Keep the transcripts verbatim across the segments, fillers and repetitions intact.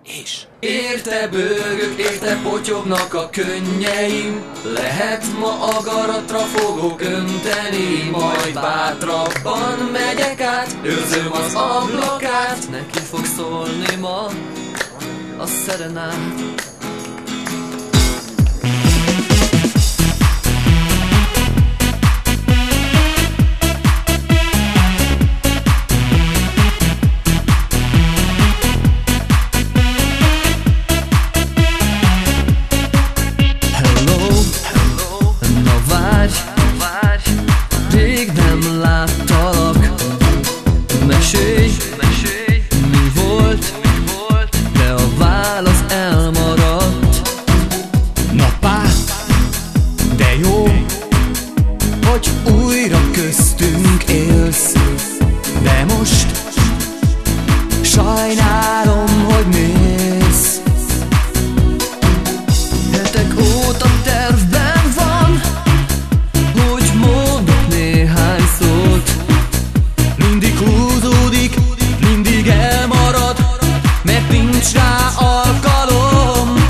És érte bőgök, érte potyognak a könnyeim. Lehet ma agaratra fogok önteni, majd bátrabban megyek át, őrzöm az ablakát. Neki fog szólni ma a szerenád. Rég nem láttalak, mesélj, mesélj, mi volt, mi volt, de a válasz elmaradt. Na pár, de jó, hogy újra köztünk élsz, de most sajnálom, hogy mész. Hetek óta tervben van, hogy mondok néhány szót. Mindig húzódik, mindig elmarad, mert nincs rá alkalom.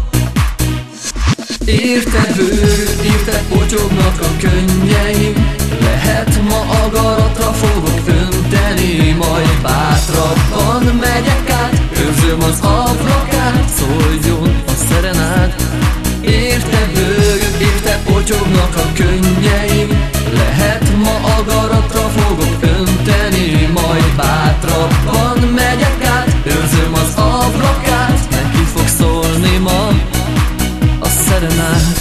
Érte bőrök, érte potyognak a könnyeim. Lehet ma agaratra fogok önteni, majd bátrabban megyek át, őrzöm az ablakát, szóljon a szerenád. Érte bőrök, érte potyognak a könnyeim. Lehet ma agaratra fogok önteni, majd bátrabban megyek át, őrzöm az ablakát. Neki fog szólni ma a szerenád.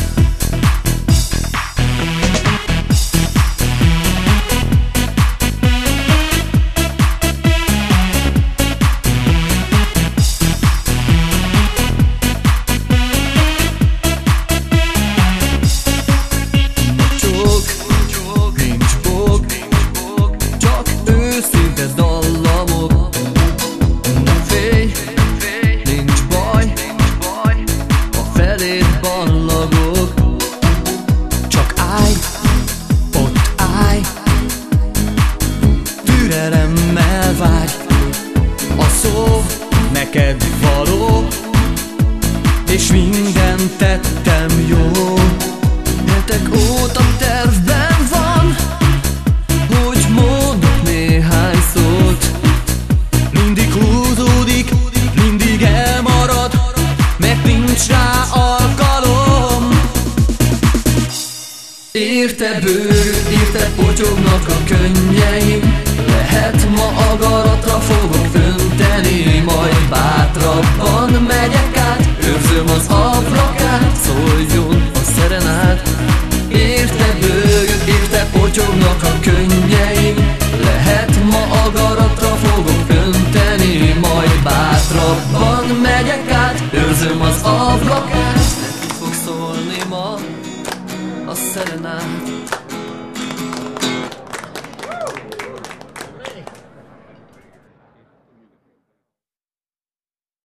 Csak állj, ott állj, türelemmel várj, a szó neked való, és minden tettem jó. Hetek óta tervben van, hogy mondok néhány szót. Mindig húzódik, mindig elmarad, mert nincs rá alkalom. Érte bőrök, érte potyognak a könnyeim. Lehet ma agaratra fogok önteni, majd bátrabban megyek át, őrzöm az ablakát, szóljon a szerenád. Érte bőrök, érte potyognak a könnyeim.